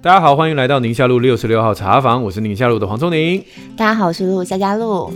大家好，欢迎来到宁夏路66号茶房，我是宁夏路的黄聪宁。 大家好，我是陆夏佳璐。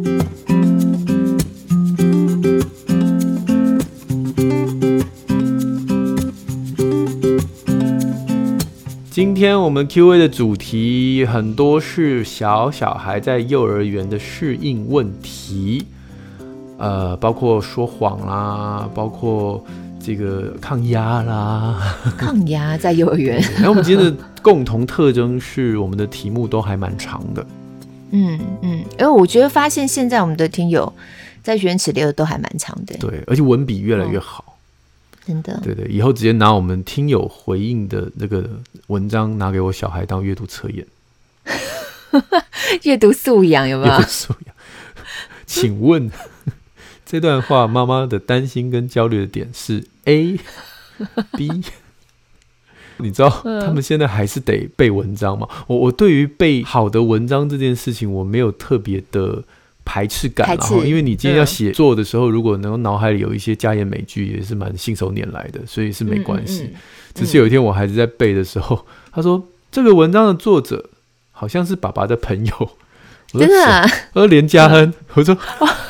今天我们 Q&A 的主题很多是小孩在幼儿园的适应问题，包括说谎啦，包括这个抗压啦， 抗压在幼儿园。 然后我们今天的共同特征是，我们的题目都还蛮长的。 因为我觉得发现现在我们的听友在学员池留的都还蛮长的， 对，而且文笔越来越好， 真的。 对，以后直接拿我们听友回应的那个文章拿给我小孩当阅读测验， 阅读素养有没有？ 阅读素养。请问这段话妈妈的担心跟焦虑的点是 A、B？ 你知道他们现在还是得背文章吗？我对于背好的文章这件事情，我没有特别的排斥感，因为你今天要写作的时候，如果能够脑海里有一些家言美句，也是蛮信手拈来的，所以是没关系。只是有一天我孩子在背的时候，他说这个文章的作者好像是爸爸的朋友， 真的啊？ 我说连家恩，我说，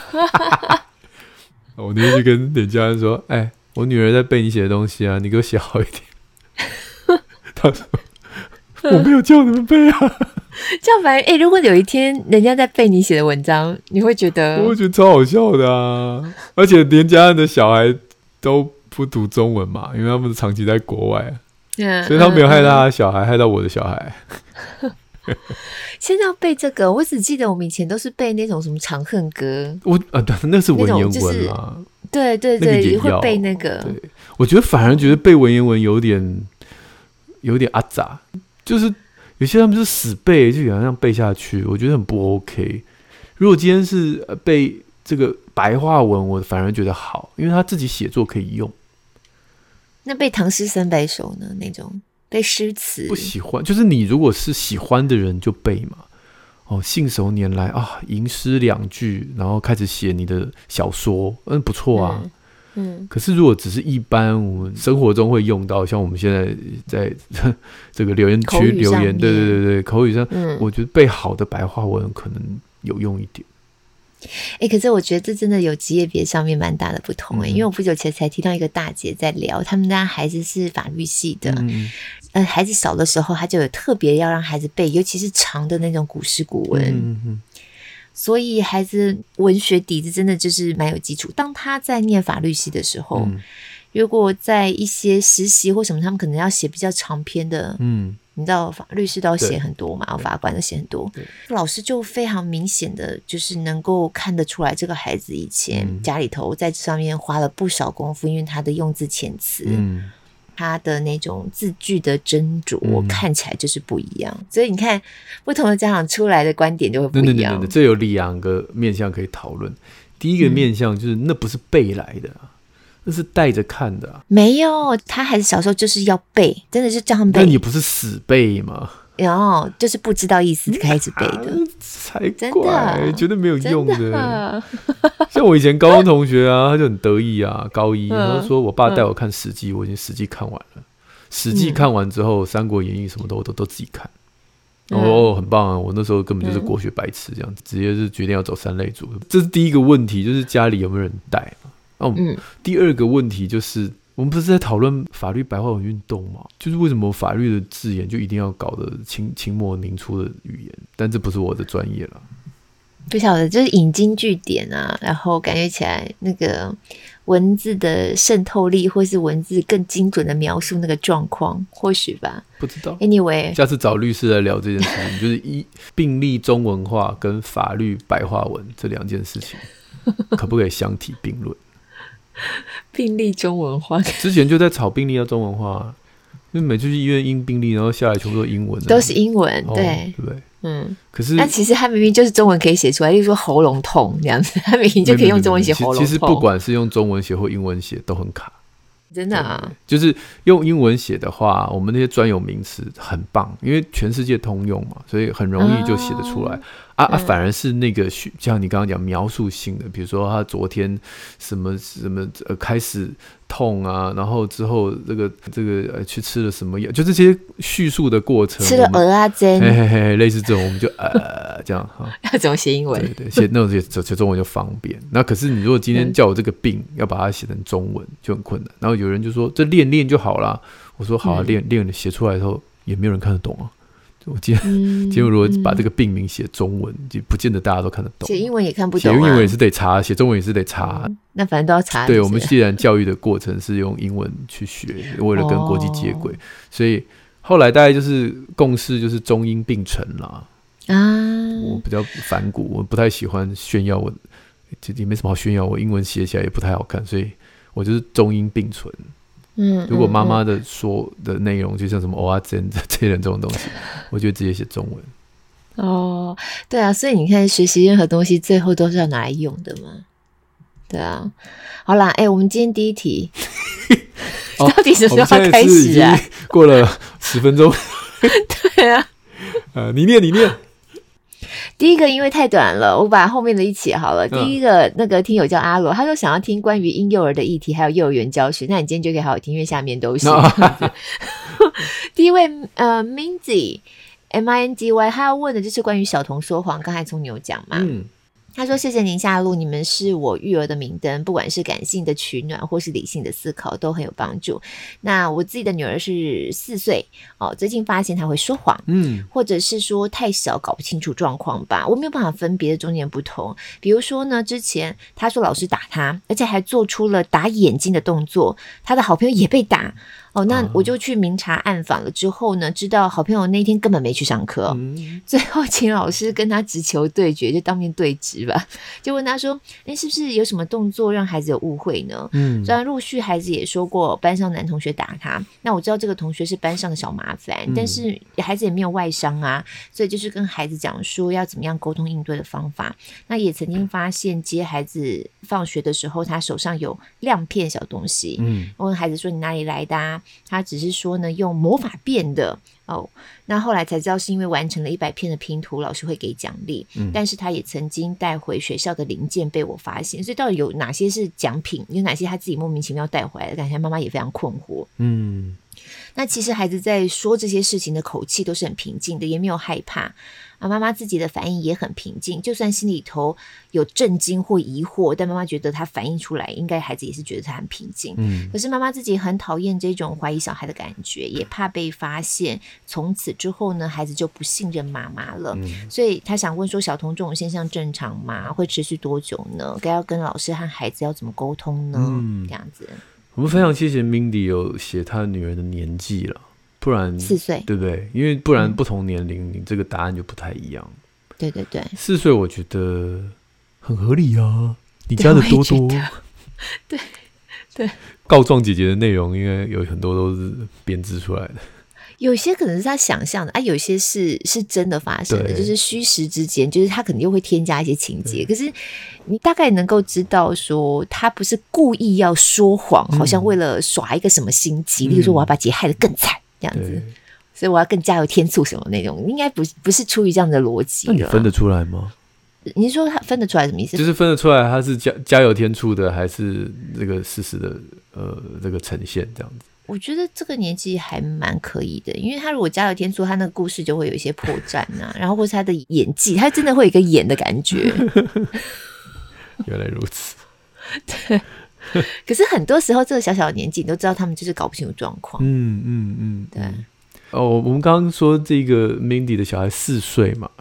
我那天就跟连家恩说，我女儿在背你写的东西啊，你给我写好一点。他说我没有叫你们背啊。 这样反而如果有一天人家在背你写的文章，你会觉得？ 我会觉得超好笑的啊！而且连家人的小孩都不读中文嘛，因为他们长期在国外，所以他没有害到他的小孩，害到我的小孩。 现在要背这个，我只记得我们以前都是背那种什么《长恨歌》， 那是文言文啦。 对，那个也会背那个。 对，我觉得反而觉得背文言文有点阿杂，就是有些他们是死背，就想让背下去，我觉得很不 OK。如果今天是背这个白话文，我反而觉得好，因为他自己写作可以用。 那背唐诗三百首呢？那种背诗词不喜欢，就是你如果是喜欢的人就背嘛。信手拈来啊，吟诗两句，然后开始写你的小说，不错啊。可是如果只是一般我们生活中会用到，像我们现在在这个留言区留言，对，口语上，我觉得背好的白话文可能有用一点。 可是我觉得这真的有职业别上面蛮大的不同因为我不久前才听到一个大姐在聊，他们家孩子是法律系的，孩子小的时候他就有特别要让孩子背，尤其是长的那种古诗古文，所以孩子文学底子真的就是蛮有基础。当他在念法律系的时候，如果在一些实习或什么，他们可能要写比较长篇的，你知道律师都要写很多嘛，法官都写很多，老师就非常明显的就是能够看得出来这个孩子以前家里头在这上面花了不少功夫，因为他的用字遣词，他的那种字句的斟酌，看起来就是不一样。所以你看不同的家长出来的观点就会不一样。 对，这有两个面向可以讨论。第一个面向就是那不是背来的那是带着看的没有，他孩子小时候就是要背，真的是这样背。 那你不是死背吗？ 然后就是不知道意思开始背的， 才怪，绝对没有用的。像我以前高中同学他就很得意高一他说我爸带我看史记，我已经史记看完了。史记看完之后，三国演义什么都自己看。很棒我那时候根本就是国学白痴，这样子直接是决定要走三类组。这是第一个问题，就是家里有没有人带第二个问题就是我们不是在讨论法律白话文运动吗？就是为什么法律的字眼就一定要搞得清末明初的语言？但这不是我的专业啦。 不晓得，就是引经据典然后感觉起来那个文字的渗透力，或是文字更精准的描述那个状况，或许吧， 不知道。 Anyway， 下次找律师来聊这件事情，就是并立中文化跟法律白话文这两件事情，可不可以相提并论？并立中文化， 之前就在吵并立要中文化因为每次去医院英并立，然后下来全部都英文都是英文，对不对？可是那其实他明明就是中文可以写出来，例如说喉咙痛这样子，他明明就可以用中文写喉咙痛。 其实不管是用中文写或英文写都很卡， 真的就是用英文写的话，我们那些专有名词很棒，因为全世界通用嘛，所以很容易就写得出来反而是那个像你刚刚讲描述性的，比如说他昨天什么开始痛啊，然后之后这个去吃了什么药，就这些叙述的过程， 吃了蚵仔煎， 类似这种，我们就这样要怎么写英文？ 对，写那种写中文就方便。那可是你如果今天叫我这个病要把它写成中文就很困难，然后有人就说这练就好啦，我说好练写出来之后也没有人看得懂啊。我今天如果把这个病名写中文，就不见得大家都看得懂。 写英文也看不懂， 写英文也是得查，写中文也是得查。 那反正都要查。 对，我们既然教育的过程是用英文去学，为了跟国际接轨，所以后来大概就是共识，就是中英并存啦。我比较反骨，我不太喜欢炫耀，我也没什么好炫耀，我英文写起来也不太好看，所以我就是中英并存。如果妈妈的说的内容就像什么蚵仔煎这种东西，我就直接写中文。 对啊，所以你看学习任何东西最后都是要拿来用的嘛。对啊，好啦，我们今天第一题到底什么时候要开始啊？ 过了10分钟。 对啊， 你念。 第一个因为太短了，我把后面的一起好了。第一个那个听友叫阿罗，他说想要听关于婴幼儿的议题，还有幼儿园教学。那你今天就可以好好听，因为下面都是。第一位Minzy MINGY， 他要问的就是关于小童说谎，刚才从你有讲嘛。他说谢谢您下路，你们是我育儿的明灯，不管是感性的取暖或是理性的思考都很有帮助。那我自己的女儿是4岁最近发现她会说谎，或者是说太小搞不清楚状况吧，我没有办法分别中间不同。比如说呢，之前她说老师打她，而且还做出了打眼睛的动作，她的好朋友也被打那我就去明察暗访了之后呢，知道好朋友那天根本没去上课最后请老师跟他直球对决，就当面对质吧，就问他说是不是有什么动作让孩子有误会呢？虽然陆续孩子也说过班上男同学打他，那我知道这个同学是班上的小麻烦，但是孩子也没有外伤啊，所以就是跟孩子讲说要怎么样沟通应对的方法。那也曾经发现接孩子放学的时候，他手上有亮片小东西，我问孩子说你哪里来的啊？他只是说呢用魔法变的那后来才知道是因为完成了100片的拼图，老师会给奖励，但是他也曾经带回学校的零件被我发现，所以到底有哪些是奖品，有哪些他自己莫名其妙带回来的，感觉妈妈也非常困惑。那其实孩子在说这些事情的口气都是很平静的，也没有害怕妈妈自己的反应也很平静，就算心里头有震惊或疑惑，但妈妈觉得他反应出来，应该孩子也是觉得他很平静。可是妈妈自己很讨厌这种怀疑小孩的感觉，也怕被发现，从此之后呢，孩子就不信任妈妈了。所以他想问说，小童这种现象正常吗？会持续多久呢？该要跟老师和孩子要怎么沟通呢？这样子。 我们非常谢谢 Mindy 有写她女儿的年纪了，不然 4岁， 对不对？因为不然不同年龄，你这个答案就不太一样。 对对对 ，4岁我觉得很合理啊。你家的多多， 对对， 告状姐姐的内容应该有很多都是编织出来的。 有些可能是他想象的有些是真的发生的，就是虚实之间，就是他可能又会添加一些情节，可是你大概能够知道说他不是故意要说谎，好像为了耍一个什么心机，例如说我要把姐害得更惨这样子，所以我要更加油添醋什么那种，应该不是出于这样的逻辑。 那你分得出来吗？ 你是说他分得出来什么意思？ 就是分得出来他是加油添醋的，还是这个事实的这个呈现这样子？ 我觉得这个年纪还蛮可以的，因为他如果加油添醋，他那个故事就会有一些破绽啊，然后或是他的演技，他真的会有一个演的感觉。 原来如此。 对。可是很多时候这个小小的年纪你都知道他们就是搞不清楚状况。对。 我们刚刚说这个 Mindy 的小孩4岁嘛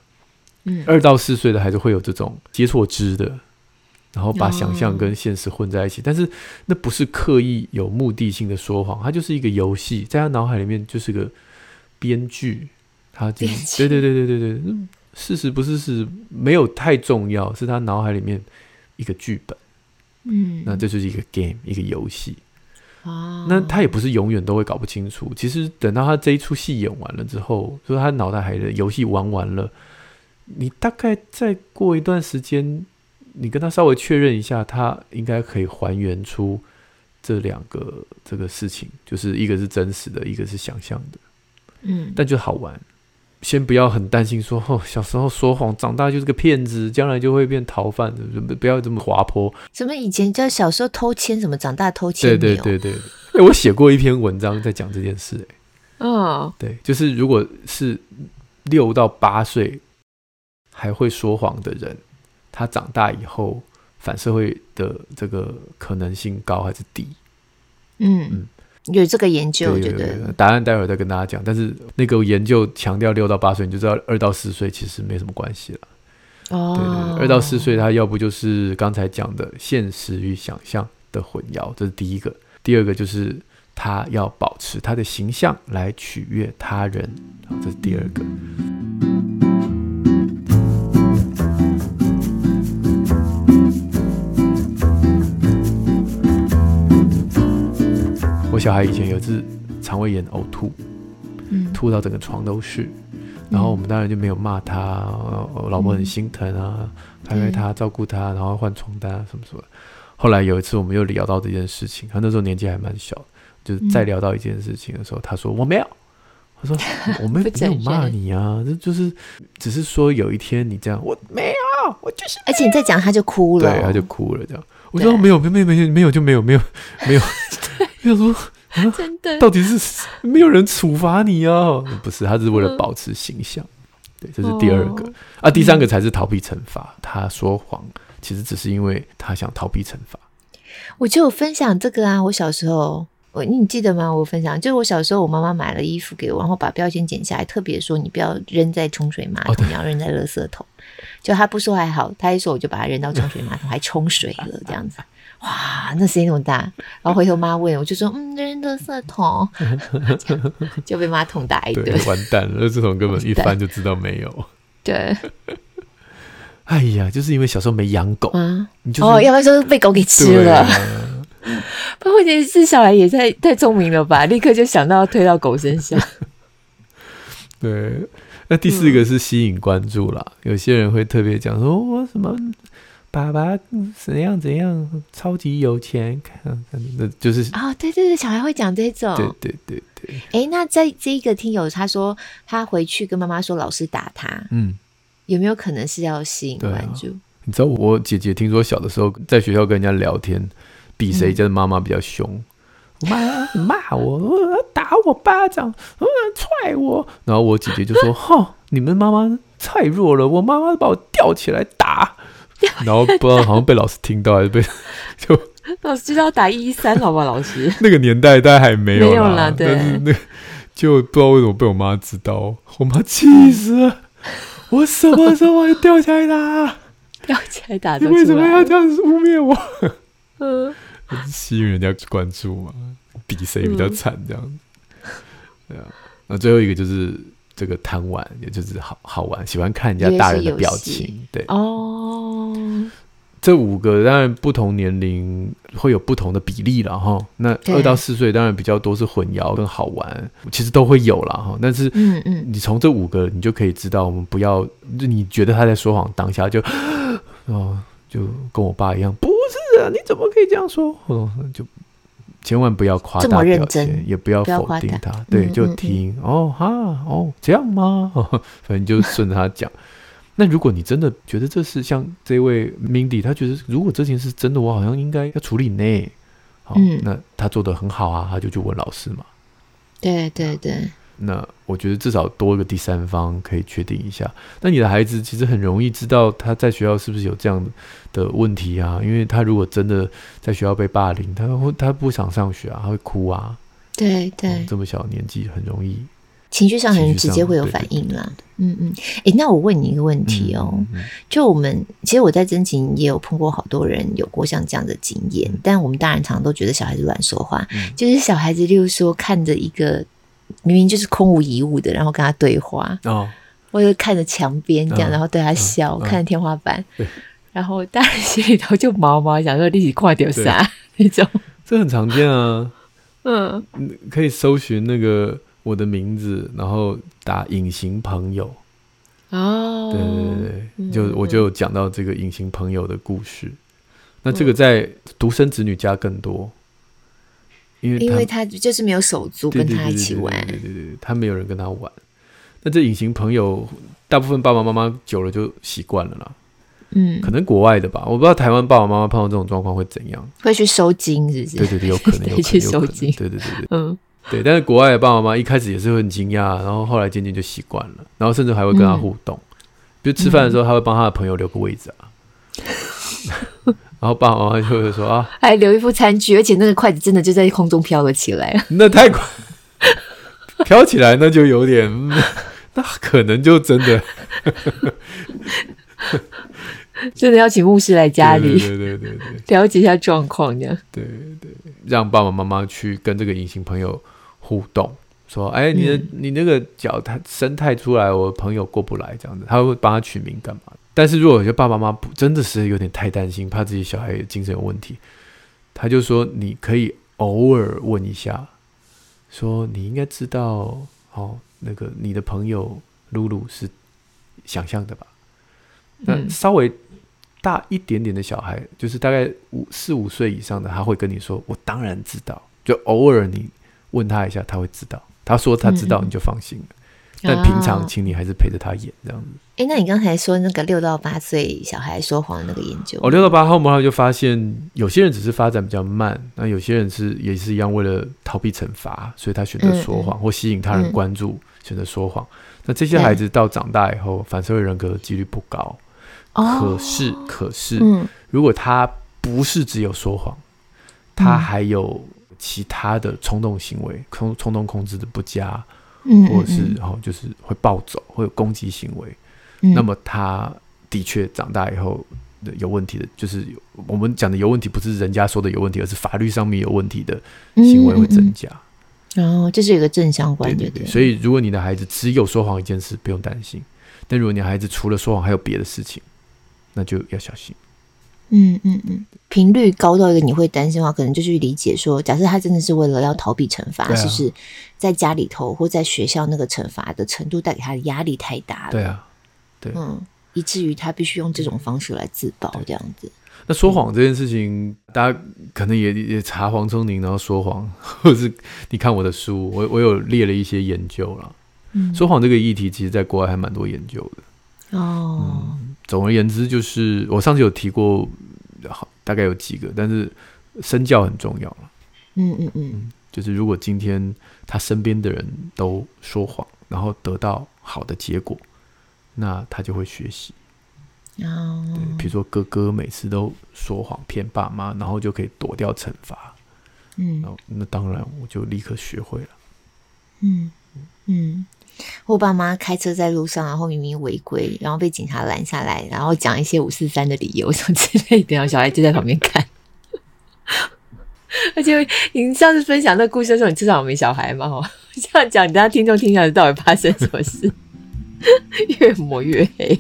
，2到4岁的孩子会有这种接错肢的，然后把想象跟现实混在一起，但是那不是刻意有目的性的说谎，它就是一个游戏，在他脑海里面就是个编剧，对，事实不是事实，没有太重要，是他脑海里面一个剧本，那这就是一个 game， 一个游戏。那他也不是永远都会搞不清楚，其实等到他这一出戏演完了之后，就是他脑袋海的游戏玩完了，你大概再过一段时间，你跟他稍微确认一下，他应该可以还原出这2个这个事情，就是一个是真实的，一个是想象的，但就好玩。 先不要很担心说小时候说谎，长大就是个骗子，将来就会变逃犯，不要这么滑坡。 什么以前叫小时候偷签，什么长大偷签没有？ 对，我写过一篇文章在讲这件事。对，就是如果是6到8岁还会说谎的人，他长大以后反社会的这个可能性高还是低？ 有这个研究， 对，答案待会儿再跟大家讲。但是那个研究强调6到8岁，你就知道2到4岁其实没什么关系了。对，2到4岁他要不就是刚才讲的现实与想象的混淆，这是第一个。第二个就是他要保持他的形象来取悦他人，这是第二个。我小孩以前有一次肠胃炎呕吐，吐到整个床都是，然后我们当然就没有骂他，我老婆很心疼啊，拍拍他，照顾他，然后换床单什么什么。后来有一次我们又聊到这件事情，他那时候年纪还蛮小，就是再聊到一件事情的时候，他说我没有，他说我没有骂你啊，这就是只是说有一天你这样，我没有，我就是没有， 而且你再讲他就哭了， 对，他就哭了这样。我说没有就没有。我想说真的，到底是没有人处罚你啊？不是，他是为了保持形象。对，这是第二个。第三个才是逃避惩罚。他说谎，其实只是因为他想逃避惩罚。 我就有分享这个啊，我小时候，你记得吗？我分享，就是我小时候，我妈妈买了衣服给我，然后把标签剪下来，特别说你不要扔在冲水马桶，你要扔在垃圾桶。就他不说还好，他一说我就把它扔到冲水马桶，还冲水了这样子。哇，那声音那么大，然后回头妈问我就说扔垃圾桶，就被妈痛打一顿。 对，完蛋了，垃圾桶根本一翻就知道没有。 对， 哎呀，就是因为小时候没养狗，你就是要不然就是被狗给吃了。不过问题是小孩也太聪明了吧，立刻就想到要推到狗身上。 对，那第四个是吸引关注啦。有些人会特别讲说我什么爸爸怎样超级有钱，那就是对，小孩会讲这种。对。那这一个听友他说他回去跟妈妈说老师打他，有没有可能是要吸引关注？ 你知道我姐姐听说小的时候在学校跟人家聊天，比谁家的妈妈比较凶。我妈骂我，打我巴掌，踹我，然后我姐姐就说：“你们妈妈太弱了，我妈妈把我吊起来打。”然后不知道好像被老师听到还是被就老师就要打113，好吧？老师那个年代大概还没有啦，对， 但是那就不知道为什么被我妈知道，我妈气死了。我什么时候吊起来打？ 吊起来打， 你为什么要这样子污蔑我？吸引人家关注嘛，比谁比较惨这样子。对啊，那最后一个就是这个贪玩，也就是好玩，喜欢看人家大人的表情。对这5个当然不同年龄会有不同的比例啦齁。那2到4岁当然比较多是混淆跟好玩，其实都会有啦齁。但是你从这5个你就可以知道，我们不要你觉得他在说谎当下就跟我爸一样，不是啊，你怎么可以这样说？就千万不要夸大表现，也不要否定他。对，就听这样吗？反正就顺着他讲。那如果你真的觉得这是像这位 Mindy， 他觉得如果这件事真的，我好像应该要处理呢。那他做得很好啊，他就去问老师嘛。 对。 那我觉得至少多一个第三方可以确定一下。那你的孩子其实很容易知道他在学校是不是有这样的问题啊？因为他如果真的在学校被霸凌，他不想上学啊，他会哭啊。 对， 这么小年纪很容易情绪上很直接会有反应啦。那我问你一个问题就其实我在真情也有碰过好多人有过像这样的经验，但我们大人常常都觉得小孩子乱说话，就是小孩子例如说看着一个明明就是空无一物的，然后跟他对话或者看着墙边这样，然后对他笑，看着天花板，然后大人心里头就毛毛想说你是看到啥那种。 这很常见啊。可以搜寻那个我的名字，然后打隐形朋友。对，我就讲到这个隐形朋友的故事。那这个在独生子女家更多，因为他就是没有手足跟他一起玩。 对，他没有人跟他玩。 那这隐形朋友大部分爸爸妈妈久了就习惯了啦。可能国外的吧，我不知道台湾爸爸妈妈碰到这种状况会怎样， 会去收金是不是？ 对对对，有可能会去收金， 对对对对，对。但是国外的爸爸妈妈一开始也是会很惊讶，然后后来渐渐就习惯了，然后甚至还会跟他互动，比如吃饭的时候他会帮他的朋友留个位置啊，然后爸爸妈妈就会说啊， 还留一副餐具，而且那个筷子真的就在空中飘了起来， 那太快，飘起来那就有点，那可能就真的。 真的要请牧师来家里， 对， 了解一下状况，这样。 对，让爸爸妈妈去跟这个隐形朋友互动，说：“哎，你那个脚它生态出来，我朋友过不来，这样子，他会帮他取名干嘛？”但是如果有些爸爸妈妈真的是有点太担心，怕自己小孩精神有问题，他就说：“你可以偶尔问一下，说你应该知道哦，那个你的朋友露露是想象的吧？那稍微。”大一点点的小孩，就是大概4、5岁以上的，他会跟你说：“我当然知道。”就偶尔你问他一下，他会知道。他说他知道，你就放心了。但平常，请你还是陪着他演这样子。 那你刚才说那个6到8岁小孩说谎的那个研究，6 到8后面就发现，有些人只是发展比较慢，那有些人也是一样，为了逃避惩罚，所以他选择说谎，或吸引他人关注，选择说谎。那这些孩子到长大以后，反社会人格的几率不高。可是，如果他不是只有说谎，他还有其他的冲动行为，冲动控制的不佳，或者是就是会暴走，会有攻击行为，那么他的确长大以后有问题的，就是我们讲的有问题，不是人家说的有问题，而是法律上面有问题的行为会增加。 这是一个正相关的。 对，所以如果你的孩子只有说谎一件事，不用担心；但如果你的孩子除了说谎还有别的事情，那就要小心。 频率高到一个你会担心的话，可能就去理解说，假设他真的是为了要逃避惩罚，是不是在家里头或在学校那个惩罚的程度带给他的压力太大了？对，以至于他必须用这种方式来自保，这样子。 那说谎这件事情，大家可能也查黄聪宁，然后说谎，或者是你看我的书，我有列了一些研究啦。说谎这个议题，其实在国外还蛮多研究的。总而言之，就是我上次有提过，大概有几个，但是身教很重要了。就是如果今天他身边的人都说谎，然后得到好的结果，那他就会学习。对，比如说哥哥每次都说谎骗爸妈，然后就可以躲掉惩罚。那当然我就立刻学会了。 我爸妈开车在路上，然后明明违规，然后被警察拦下来，然后讲一些543的理由什么之类的，然后小孩就在旁边看。而且你上次分享那个故事的时候，你至少有没小孩嘛？这样讲，你大家听众听下来到底发生什么事？越抹越黑。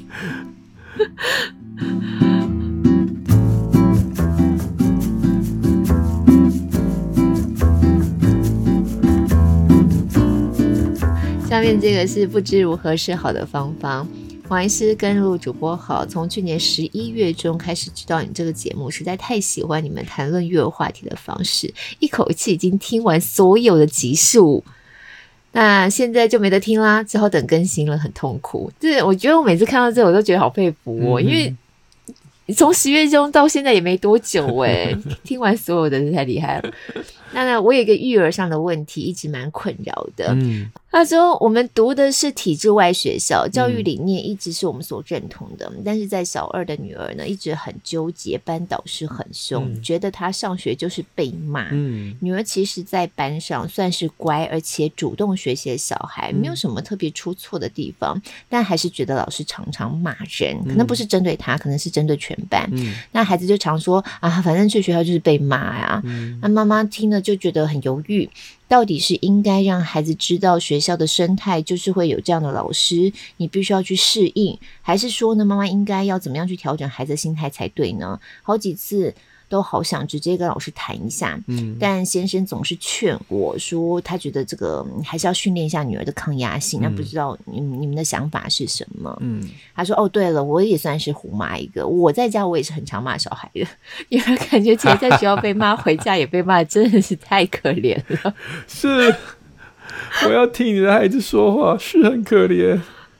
下面这个是不知如何是好的芳芳。黄医师跟陆主播好，从去年11月中开始知道你这个节目，实在太喜欢你们谈论育儿话题的方式，一口气已经听完所有的集数，那现在就没得听啦，只好等更新了，很痛苦。我觉得我每次看到这我都觉得好佩服因为从10月中到现在也没多久听完所有的是太厉害了。那我有一个育儿上的问题一直蛮困扰的。他说我们读的是体制外学校，教育理念一直是我们所认同的，但是在小2的女儿呢，一直很纠结，班导师很凶，觉得她上学就是被骂。女儿其实在班上算是乖而且主动学习的小孩，没有什么特别出错的地方，但还是觉得老师常常骂人，可能不是针对她，可能是针对全班。那孩子就常说反正去学校就是被骂呀。那妈妈听了就觉得很犹豫，到底是应该让孩子知道学校的生态就是会有这样的老师，你必须要去适应，还是说呢，妈妈应该要怎么样去调整孩子的心态才对呢？好几次都好想直接跟老师谈一下，但先生总是劝我说他觉得这个还是要训练一下女儿的抗压性，那不知道你们的想法是什么？他说对了，我也算是胡骂一个，我在家我也是很常骂小孩的，因为感觉其实在学校被骂回家也被骂，真的是太可怜了。 是我要替你的孩子说话，是很可怜。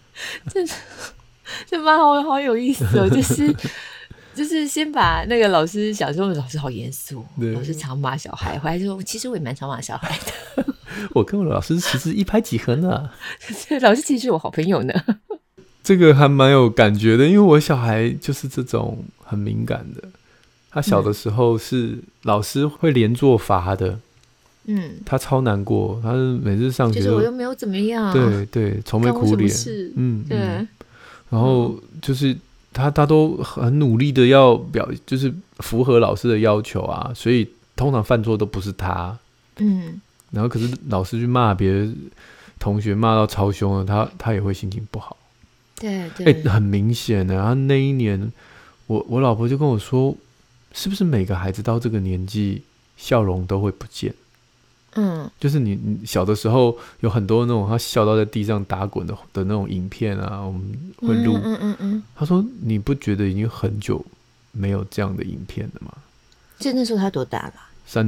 这蛮好有意思哦，就是先把那个老师想说老师好严肃，老师常骂小孩，回来说其实我也蛮常骂小孩的。 我跟我老师其实一拍即合呢。 老师其实是我好朋友呢。 这个还蛮有感觉的，因为我小孩就是这种很敏感的。他小的时候是老师会连坐罚的，他超难过，他每次上学就是我又没有怎么样， 对，愁眉苦脸，对。然后就是他都很努力的要就是符合老师的要求啊，所以通常犯错都不是他，然后可是老师去骂别的同学，骂到超凶了，他也会心情不好。对，很明显的。然后那一年，我老婆就跟我说，是不是每个孩子到这个年纪，笑容都会不见？就是你小的时候有很多那种他笑到在地上打滚的那种影片啊，我们会录。他说你不觉得已经很久没有这样的影片了吗？ 就那时候他多大了？3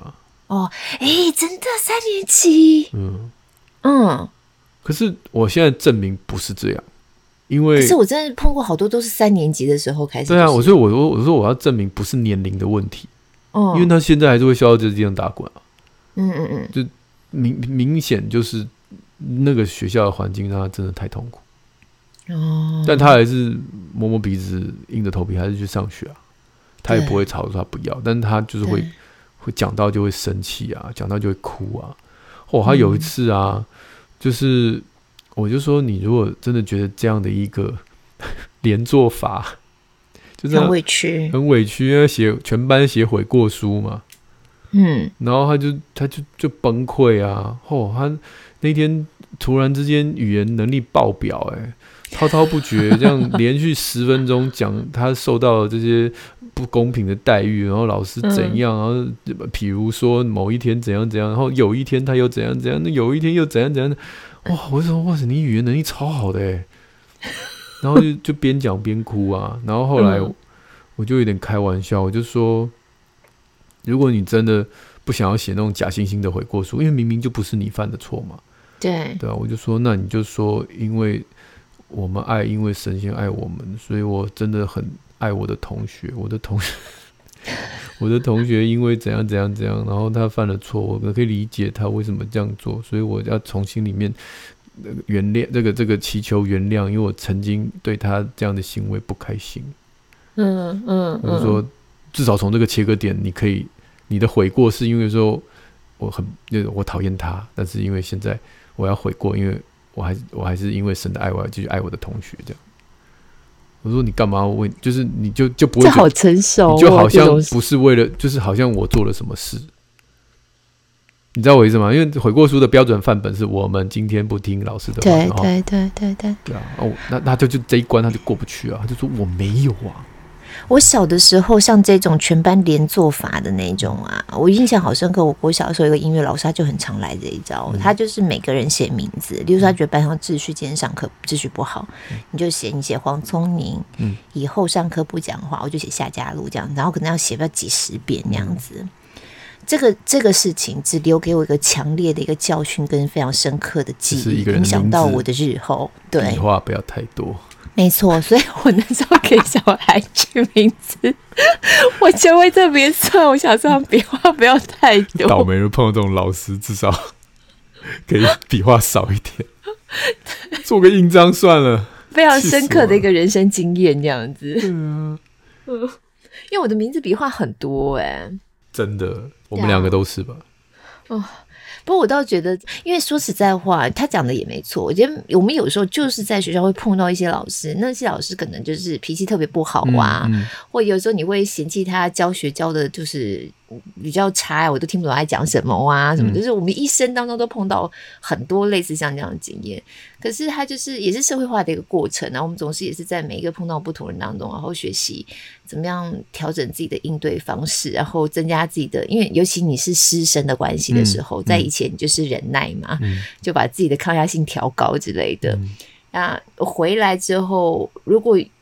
可是我现在证明不是这样，因为可是我真的碰过好多都是3年级的时候开始。 对啊，我说我要证明不是年龄的问题，因为他现在还是会笑到在地上打滚啊。就明显就是那个学校的环境让他真的太痛苦。但他还是摸摸鼻子，硬着头皮还是去上学啊。他也不会吵说他不要，但是他就是会讲到就会生气啊，讲到就会哭啊。他有一次啊，就是我就说，你如果真的觉得这样的一个连坐法，就是很委屈， 因为全班写悔过书嘛。然后他就崩溃啊！他那天突然之间语言能力爆表，滔滔不绝，这样连续10分钟讲他受到的这些不公平的待遇，然后老师怎样，然后譬如说某一天怎样怎样，然后有一天他又怎样怎样，那有一天又怎样怎样。我就说哇塞，你语言能力超好的然后就边讲边哭啊。然后后来我就有点开玩笑，我就说，如果你真的不想要写那种假惺惺的悔过书，因为明明就不是你犯的错嘛，对啊，我就说，那你就说，因为我们爱，因为神仙爱我们，所以我真的很爱我的同学，我的同学因为怎样怎样怎样，然后他犯了错，我可以理解他为什么这样做，所以我要从心里面原谅这个祈求原谅，因为我曾经对他这样的行为不开心。我就说，至少从这个切割点，你的悔过是因为说我讨厌他，但是因为现在我要悔过，因为我还是因为神的爱，我要继续爱我的同学这样。我说你干嘛问？就是你就不会，这好成熟， 你就好像不是为了，就是好像我做了什么事，你知道我意思吗？因为悔过书的标准范本是我们今天不听老师的话，对啊，那就这一关他就过不去啊，他就说我没有啊。 我小的时候，像这种全班连坐法的那种啊，我印象好深刻。我小的时候有个音乐老师，他就很常来这一招。他就是每个人写名字，例如说他觉得班上秩序今天上课秩序不好，你写黄聪宁，以后上课不讲话，我就写夏嘉璐这样，然后可能要写到几10遍那样子。这个事情只留给我一个强烈的一个教训跟非常深刻的记忆，影响到我的日后。对， 笔画不要太多。 没错，所以我那时候给小孩取名字，我就会特别算，我想说笔画不要太多。 倒霉人碰到这种老师，至少可以笔画少一点，做个印章算了。 非常深刻的一个人生经验，这样子。因为我的名字笔画很多真的，我们2个都是吧？ 不过我倒觉得，因为说实在话，他讲的也没错。我觉得我们有时候就是在学校会碰到一些老师，那些老师可能就是脾气特别不好啊，或有时候你会嫌弃他教学教的就是比较差，我都听不懂他讲什么啊，什么就是我们一生当中都碰到很多类似像这样的经验。可是他就是也是社会化的一个过程啊，我们总是也是在每一个碰到不同人当中，然后学习怎么样调整自己的应对方式，然后增加自己的，因为尤其你是师生的关系的时候，在以前就是忍耐嘛，就把自己的抗压性调高之类的。那回来之后，如果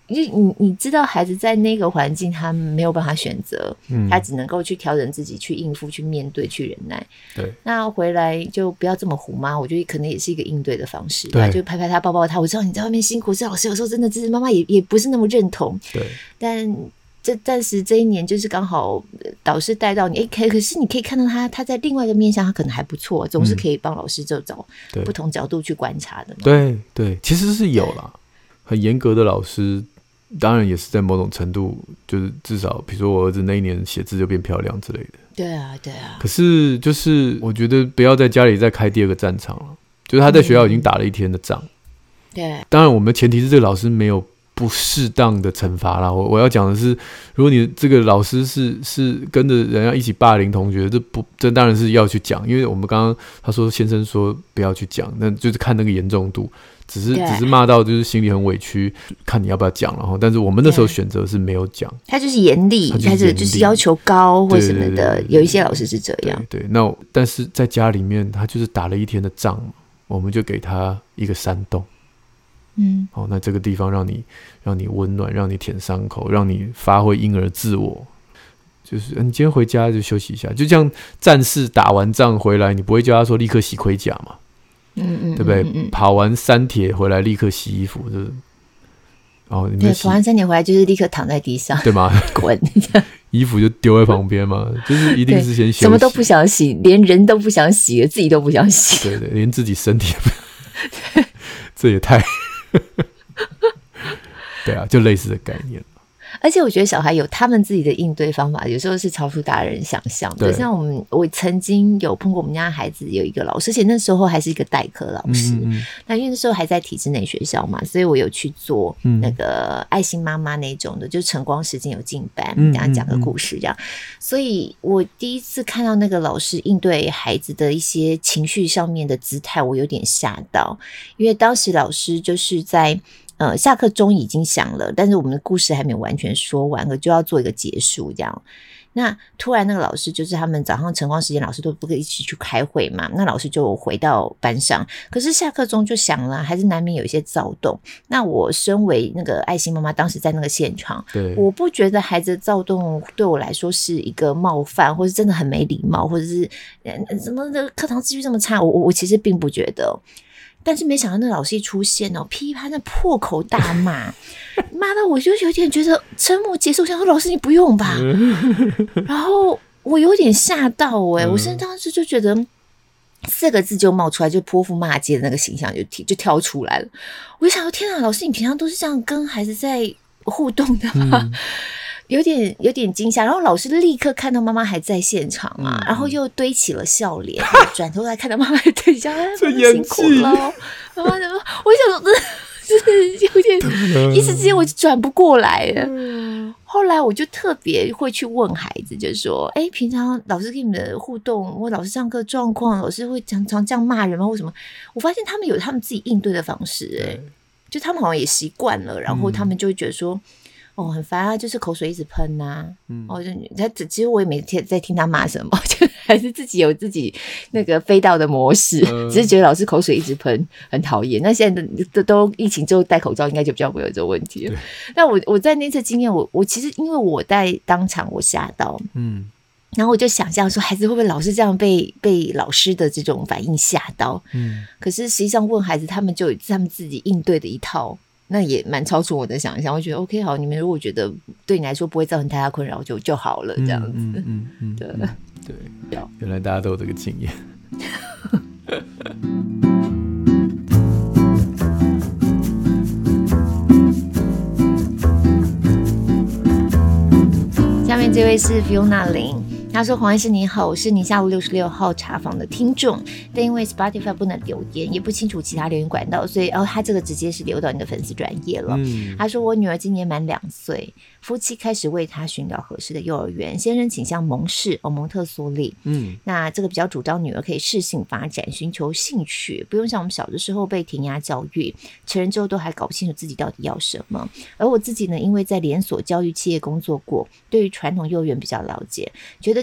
因为你知道孩子在那个环境他没有办法选择，他只能够去调整自己，去应付，去面对，去忍耐。 对， 那回来就不要这么虎妈，我觉得可能也是一个应对的方式。对，就拍拍他，抱抱他。我知道你在外面辛苦，是老师有时候真的是妈妈也不是那么认同。对，但是这一年就是刚好导师带到你，可是你可以看到他在另外一个面向，他可能还不错，总是可以帮老师就找不同角度去观察的。 对对，其实是有啦，很严格的老师。当然也是在某种程度，就是至少比如说我儿子那一年写字就变漂亮之类的。 对啊对啊。 可是就是我觉得不要在家里再开第二个战场了，就是他在学校已经打了一天的仗。 对， 当然我们的前提是这个老师没有不适当的惩罚啦。我要讲的是，如果你这个老师是跟着人家一起霸凌同学，这当然是要去讲，因为我们刚刚他说先生说不要去讲，那就是看那个严重度。只是骂到就是心里很委屈，看你要不要讲，然后但是我们那时候选择是没有讲。 他就是严厉，他就是要求高或什么的，有一些老师是这样。 对，那但是在家里面他就是打了一天的仗，我们就给他一个山洞。那这个地方让你温暖，让你舔伤口，让你发挥婴儿自我。就是你今天回家就休息一下，就像战士打完仗回来，你不会叫他说立刻洗盔甲嘛？对不对？跑完3铁回来立刻洗衣服，就是对，跑完3铁回来就是立刻躺在地上， 对吗？ 滚， 衣服就丢在旁边嘛，就是一定是先休息， 什么都不想洗，连人都不想洗了，自己都不想洗， 对，连自己身体也不想这也太对啊，就类似的概念。 而且我觉得小孩有他们自己的应对方法，有时候是超出大人想象的。像我曾经有碰过我们家孩子有一个老师，而且那时候还是一个代课老师。那因为那时候还在体制内学校嘛，所以我有去做那个爱心妈妈那种的，就晨光时间有进班，给他讲个故事这样。所以我第一次看到那个老师应对孩子的一些情绪上面的姿态，我有点吓到，因为当时老师就是在下课钟已经响了，但是我们的故事还没有完全说完，就要做一个结束这样。那突然那个老师就是他们早上晨光时间老师都不可以一起去开会嘛，那老师就回到班上，可是下课钟就响了，还是难免有一些躁动。那我身为那个爱心妈妈，当时在那个现场，我不觉得孩子的躁动对我来说是一个冒犯，或是真的很没礼貌，或者是什么的课堂秩序这么差，我其实并不觉得。但是没想到那老师一出现噼啪那破口大骂，骂到我就有点觉得瞠目结舌，我想说老师你不用吧，然后我有点吓到我甚至当时就觉得4个字就冒出来，就泼妇骂街的那个形象就跳出来了。我就想说天啊，老师你平常都是这样跟孩子在互动的吗？有点惊吓，然后老师立刻看到妈妈还在现场啊，然后又堆起了笑脸，转头来看到妈妈对笑， 这演技辛苦了。妈妈怎么？我想说，就是有点一时之间我就转不过来了。后来我就特别会去问孩子，就是说，平常老师跟你们的互动，或老师上课状况，老师会常常这样骂人吗？或什么？我发现他们有他们自己应对的方式，就他们好像也习惯了，然后他们就会觉得说。很烦啊，就是口水一直喷啊。其实我也没在听他骂什么，就还是自己有自己那个飞到的模式，只是觉得老师口水一直喷很讨厌。那现在都疫情之后戴口罩，应该就比较不会有这个问题了。那我在那次经验，我其实因为我在当场我吓到，然后我就想象说，孩子会不会老是这样被老师的这种反应吓到？可是实际上问孩子，他们就有他们自己应对的一套。那也蛮超出我的想象，我觉得 OK 好，你们如果觉得对你来说不会造成太大困扰就好了，这样子。 对，原来大家都有这个经验。 下面这位是 Fiona 林。他说黄医师你好，我是你下午66号茶房的听众，但因为 Spotify 不能留言，也不清楚其他留言管道，所以他这个直接是留到你的粉丝专页了。他说我女儿今年满2岁，夫妻开始为她寻找合适的幼儿园，先生倾向蒙氏蒙特梭利。那这个比较主张女儿可以适性发展，寻求兴趣，不用像我们小的时候被填鸭教育，成人之后都还搞不清楚自己到底要什么。而我自己呢，因为在连锁教育企业工作过，对于传统幼儿园比较了解，觉得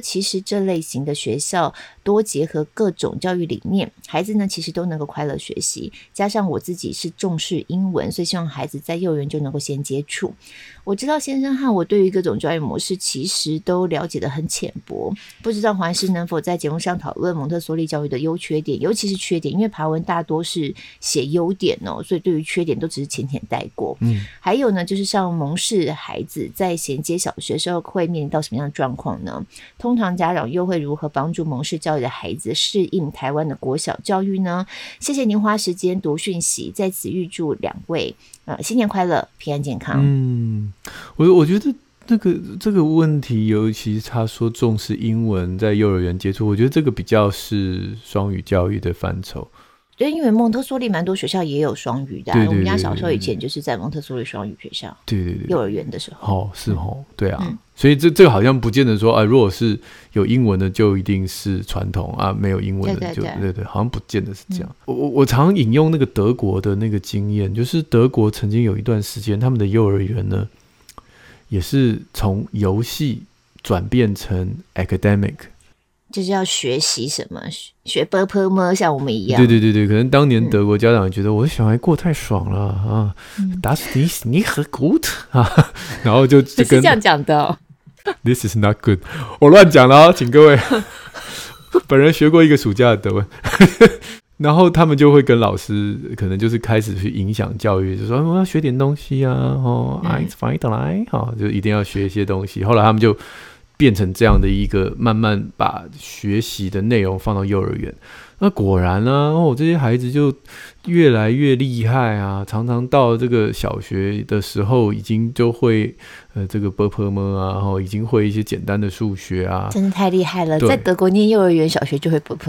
其实这类型的学校多结合各种教育理念，孩子呢其实都能够快乐学习，加上我自己是重视英文，所以希望孩子在幼儿园就能够先接触。我知道先生和我对于各种教育模式其实都了解得很浅薄，不知道黄医师能否在节目上讨论蒙特梭利教育的优缺点，尤其是缺点，因为爬文大多是写优点哦，所以对于缺点都只是浅浅带过。还有呢，就是上蒙氏孩子在衔接小学的时候会面临到什么样的状况呢？通常家长又会如何帮助蒙氏教育的孩子适应台湾的国小教育呢？谢谢您花时间读讯息，在此预祝两位新年快乐，平安健康。 我觉得这个问题，尤其是他说重视英文在幼儿园接触，我觉得这个比较是双语教育的范畴。 对，因为蒙特梭利蛮多学校也有双语的，我们家小时候以前就是在蒙特梭利双语学校，对，幼儿园的时候。 是对啊，所以这个好像不见得说如果是有英文的就一定是传统啊，没有英文的就对，好像不见得是这样。我常引用那个德国的那个经验，就是德国曾经有一段时间，他们的幼儿园呢也是从游戏转变成 academic。 就是要学习什么，学 ㄅㄆㄇ吗？像我们一样。 对，可能当年德国家长觉得我的小孩过太爽了啊，打死你很 good 啊，然后就跟是这样讲的哦。 This is not good， 我乱讲了，请各位。本人学过一个暑假的德文，然后他们就会跟老师，可能就是开始去影响教育，就说我要学点东西啊，eins zwei drei，就一定要学一些东西。后来他们就变成这样的一个慢慢把学习的内容放到幼儿园，那果然呢，这些孩子就越来越厉害啊！常常到这个小学的时候，已经就会这个 ㄅㄆㄇ 啊，然后已经会一些简单的数学啊， 真的太厉害了！在德国念幼儿园、小学就会 ㄅㄆㄇ。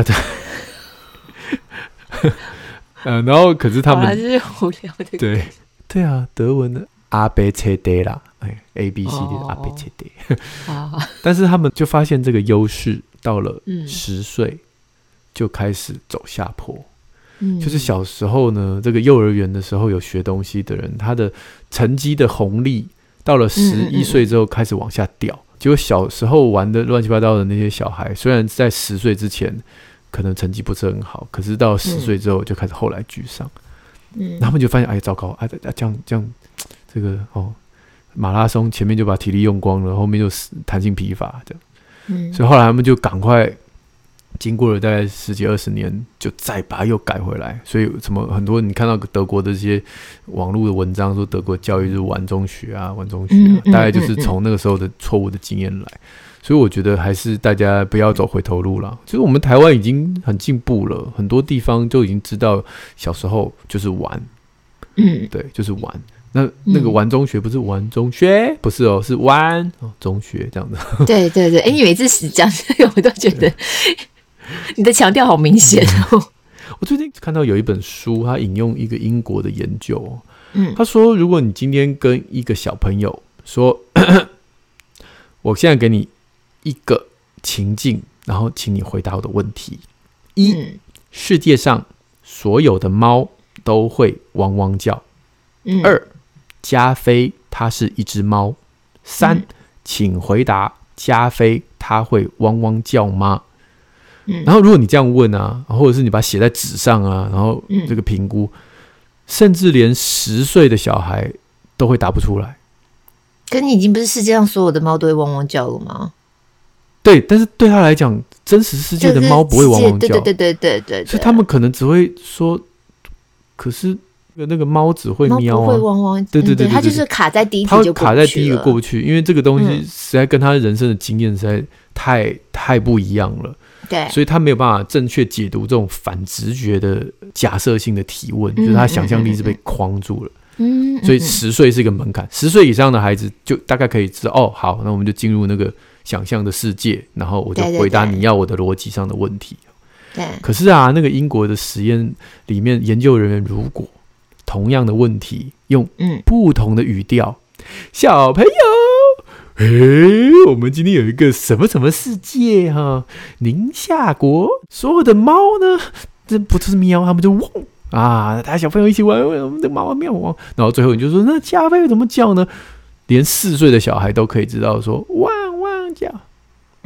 对，然后可是他们是无聊的。 对啊，德文的A B C D 啦。A B C D 的 A B C D， 但是他们就发现这个优势到了10岁就开始走下坡。就是小时候呢，这个幼儿园的时候有学东西的人，他的成绩的红利到了11岁之后开始往下掉。结果小时候玩的乱七八糟的那些小孩，虽然在10岁之前可能成绩不是很好，可是到10岁之后就开始后来居上。他们就发现，糟糕这样这个马拉松前面就把体力用光了，后面就弹性疲乏这样。所以后来他们就赶快经过了大概10几20年，就再把它又改回来。所以很多你看到德国的这些网络的文章说德国教育就是玩中学啊，大概就是从那个时候的错误的经验来。所以我觉得还是大家不要走回头路啦。就是我们台湾已经很进步了，很多地方就已经知道小时候就是玩，对，就是玩。那个玩中学不是玩中学，不是是玩中学这样的。对， 你每次讲这个我都觉得你的强调好明显哦。 我最近看到有一本书，他引用一个英国的研究，他说如果你今天跟一个小朋友说我现在给你一个情境，然后请你回答我的问题。世界上所有的猫都会汪汪叫。2加菲它是一只猫。3请回答加菲它会汪汪叫吗？然后如果你这样问啊，或者是你把它写在纸上啊，然后这个评估，甚至连10岁的小孩都会答不出来。 可你已经不是世界上所有的猫都会汪汪叫了吗？ 对，但是对他来讲，真实世界的猫不会汪汪叫。 对， 所以他们可能只会说，可是那个猫只会喵啊， 猫不会汪汪。对，它就是卡在第一题就过不去了。它卡在第一个过不去，因为这个东西实在跟他人生的经验实在太不一样了。 对， 所以他没有办法正确解读这种反直觉的假设性的提问，就是他想象力是被框住了。所以10岁是一个门槛，10岁以上的孩子就大概可以知道，好，那我们就进入那个想象的世界，然后我就回答你要我的逻辑上的问题。 对， 可是啊，那个英国的实验里面，研究人员如果同样的问题用不同的语调，小朋友，我们今天有一个什么什么世界哈，宁夏国所有的猫呢，这不是喵，他们就汪啊，大家小朋友一起玩，我们的猫喵汪，然后最后你就说，那加菲怎么叫呢？连4岁的小孩都可以知道说汪汪叫。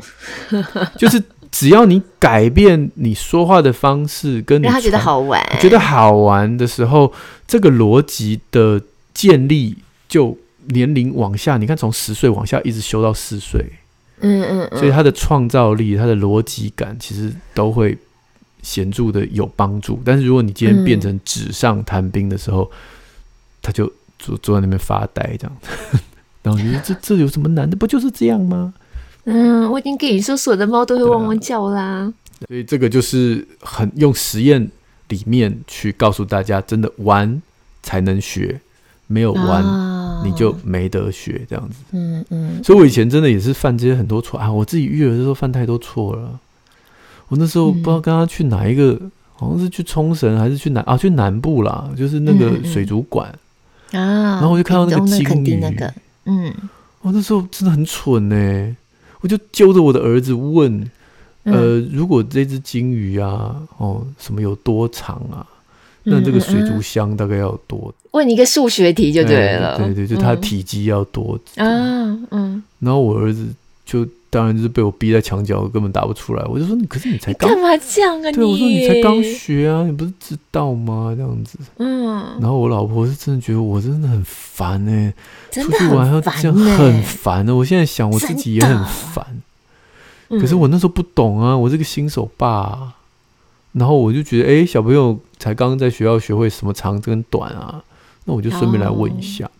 就是只要你改变你说话的方式，跟你让他觉得好玩， 觉得好玩的时候，这个逻辑的建立就年龄往下，你看从10岁往下一直修到4岁，所以他的创造力、他的逻辑感其实都会显著的有帮助。但是如果你今天变成纸上谈兵的时候，他就坐在那边发呆这样，然后你说这有什么难的？不就是这样吗？ 我已经跟你说，所有的猫都会汪汪叫啦。 所以这个就是很用实验里面去告诉大家，真的玩才能学，没有玩你就没得学这样子。所以我以前真的也是犯这些很多错啊，我自己育儿的时候犯太多错了。我那时候不知道跟他去哪一个，好像是去冲绳还是去南部啦，就是那个水族馆然后我就看到那个鲸鱼，我那时候真的很蠢欸，我就揪着我的儿子问，如果这只鲸鱼啊，什么有多长啊？那这个水族箱大概要多？ 问你一个数学题就对了。 对，就它的体积要多然后我儿子就当然就是被我逼在墙角，根本答不出来。我就说可是你才刚干嘛这样啊？ 对，我说你才刚学啊，你不是知道吗？这样子。然后我老婆是真的觉得我真的很烦欸，出去玩要这样很烦的。我现在想我自己也很烦，可是我那时候不懂啊，我这个新手爸然后我就觉得小朋友才刚在学校学会什么长跟短啊，那我就顺便来问一下。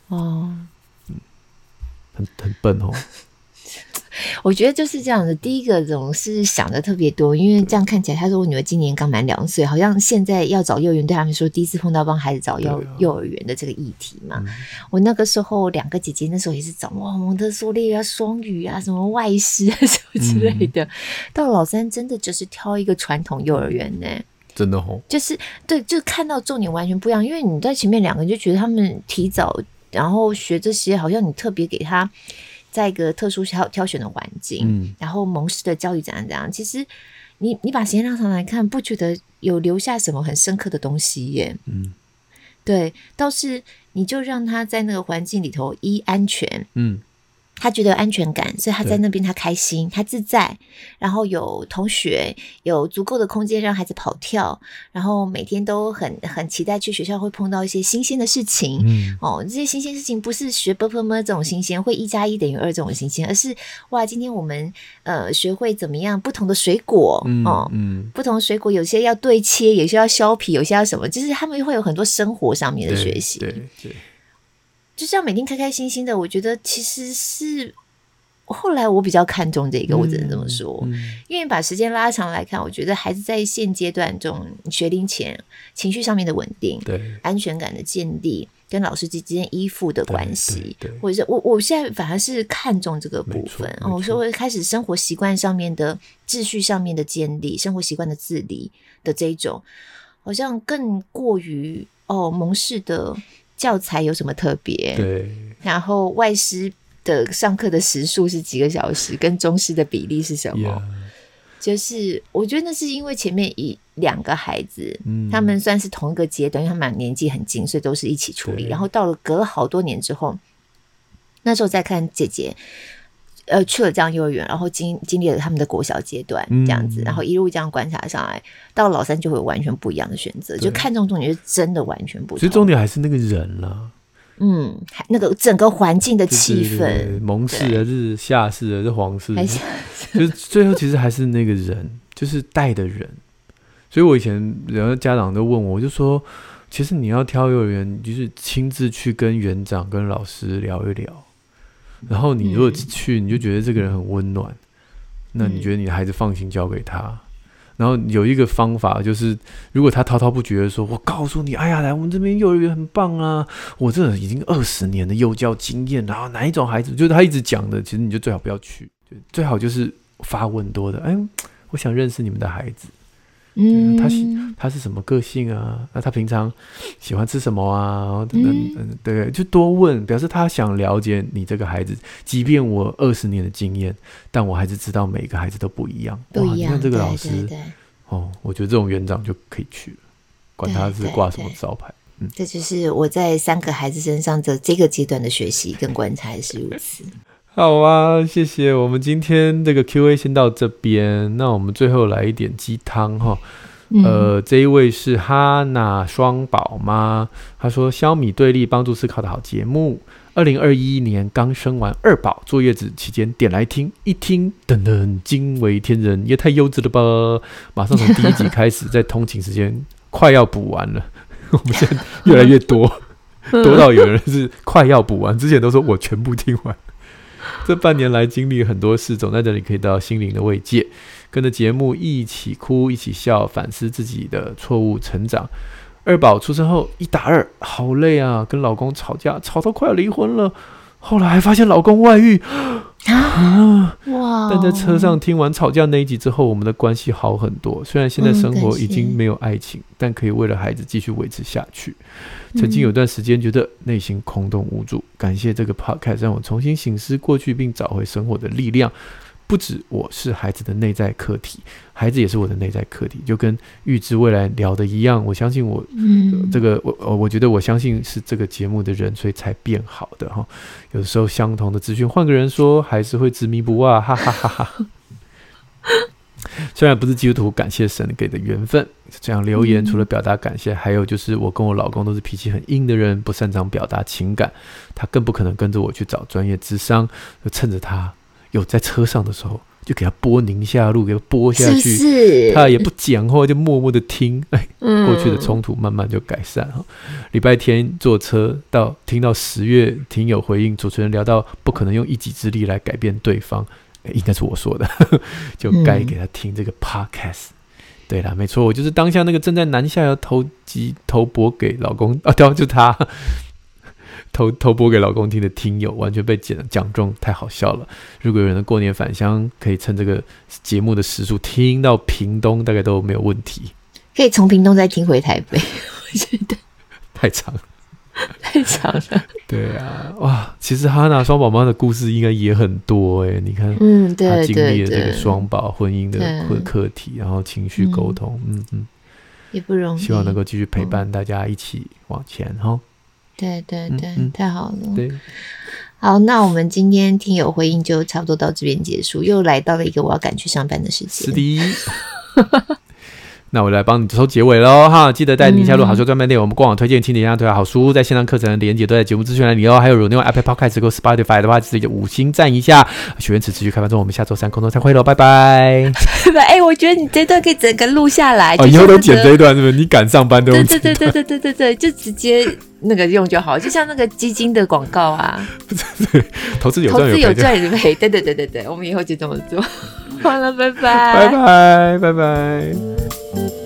很笨哦。 我觉得就是这样的。第一个总是想的特别多，因为这样看起来，他说我女儿今年刚满2岁，好像现在要找幼儿园对他们说第一次碰到帮孩子找幼儿园的这个议题嘛。我那个时候2个姐姐那时候也是找蒙特梭利啊、双语啊、什么外师啊什么之类的。到老3真的就是挑一个传统幼儿园呢。 真的哦， 就是对，就看到重点完全不一样。因为你在前面2个就觉得他们提早然后学这些，好像你特别给他在一个特殊挑选的环境，然后蒙氏的教育怎样，其实你把时间拉长来看，不觉得有留下什么很深刻的东西耶。对，倒是你就让他在那个环境里头安全，他觉得有安全感，所以他在那边他开心，他自在，然后有同学，有足够的空间让孩子跑跳，然后每天都很期待去学校会碰到一些新鲜的事情。这些新鲜事情不是学 ㄅㄆㄇ 这种新鲜，会1+1等于2这种新鲜，而是哇，今天我们学会怎么样不同的水果不同的水果，有些要对切，有些要削皮，有些要什么，就是他们会有很多生活上面的学习。对，就这样每天开开心心的，我觉得其实是后来我比较看重这个，我只能这么说。因为把时间拉长来看，我觉得孩子在现阶段中学龄前情绪上面的稳定，安全感的建立，跟老师之间依附的关系，或者是我现在反而是看重这个部分。我说会开始生活习惯上面的秩序上面的建立，生活习惯的自理的这一种，好像更过于蒙氏的教材有什么特别？对，然后外师的上课的时数是几个小时，跟中师的比例是什么？就是我觉得那是因为前面2个孩子，他们算是同一个阶段，因为他们年纪很近，所以都是一起处理。然后到了隔了好多年之后，那时候再看姐姐去了这样幼儿园，然后经历了他们的国小阶段这样子，然后一路这样观察上来，到老3就会有完全不一样的选择，就看重点是真的完全不同。 所以重点还是那个人啦， 那个整个环境的气氛， 蒙氏还是夏氏还是皇氏，就是最后其实还是那个人，就是带的人。所以我以前然后家长都问我，就说其实你要挑幼儿园，就是亲自去跟园长跟老师聊一聊。然后你如果去，你就觉得这个人很温暖，那你觉得你的孩子放心交给他。然后有一个方法就是，如果他滔滔不绝的说，我告诉你，哎呀，来我们这边幼儿园很棒啊，我这已经20年的幼教经验，然后哪一种孩子，就是他一直讲的，其实你就最好不要去，最好就是发问多的，我想认识你们的孩子。他是什么个性啊？那他平常喜欢吃什么啊？对，就多问，表示他想了解你这个孩子。即便我20年的经验，但我还是知道每个孩子都不一样。哇，你看这个老师，我觉得这种园长就可以去了，管他是挂什么招牌。这就是我在3个孩子身上的这个阶段的学习跟观察，也是如此。 好啊，谢谢。我们今天这个 Q&A 先到这边，那我们最后来一点鸡汤哈。这一位是哈娜双宝妈，她说小米对立帮助思考的好节目。2021年刚生完二宝，坐月子期间点来听，一听噔噔惊为天人，也太优质了吧！马上从第一集开始，在通勤时间快要补完了。我们现在越来越多，多到有人是快要补完，之前都说我全部听完。这半年来经历很多事，总在这里可以得到心灵的慰藉，跟着节目一起哭一起笑，反思自己的错误，成长。二宝出生后1打2，好累啊，跟老公吵架吵到快要离婚了，后来还发现老公外遇哇！但在车上听完吵架那一集之后，我们的关系好很多，虽然现在生活已经没有爱情，但可以为了孩子继续维持下去。曾经有段时间觉得内心空洞无助，感谢这个 podcast 让我重新省思过去，并找回生活的力量。不止我是孩子的内在课题，孩子也是我的内在课题，就跟预知未来聊的一样。我相信我，我觉得我相信是这个节目的人，所以才变好的哈。有时候相同的资讯，换个人说，还是会执迷不悟啊，哈哈哈哈。虽然不是基督徒，感谢神给的缘分。这样留言除了表达感谢，还有就是我跟我老公都是脾气很硬的人，不擅长表达情感，他更不可能跟着我去找专业諮商，就趁着他有在车上的时候，就给他播宁夏路，给他播下去，是他也不讲话，就默默的听。过去的冲突慢慢就改善。礼拜天坐车到听到10月听友回应，主持人聊到不可能用一己之力来改变对方，应该是我说的，就该给他听这个 podcast。对啦，没错，我就是当下那个正在南下要投播给老公对，就他投播给老公听的听友，完全被讲中，太好笑了。如果有人的过年返乡，可以趁这个节目的时数听到屏东，大概都没有问题。 可以从屏东再听回台北，我觉得太长了。对啊，哇，其实哈娜双宝妈的故事应该也很多你看，她经历了这个双宝婚姻的课题，然后情绪沟通， 也不容易。 希望能够继续陪伴大家一起往前哈。 对，太好了。 对， 好，那我们今天听友回应就差不多到这边结束，又来到了一个我要赶去上班的时间。 是的。那我来帮你收结尾咯哈！记得在宁夏路好书专卖店，我们官网推荐清点下推好书，在线上课程的连结都在节目资讯栏里哦。还有如果你用 Apple Podcast 或 Spotify 的话，自己5星赞一下。学员持续开发中，我们下周3空中再会咯，拜拜。 我觉得你这段可以整个录下来， 以后都剪这一段是不是？你赶上班都用这段。 对，就直接那个用就好，就像那个基金的广告啊。 投资有赚有赔， 对，我们以后就这么做。好了，拜拜。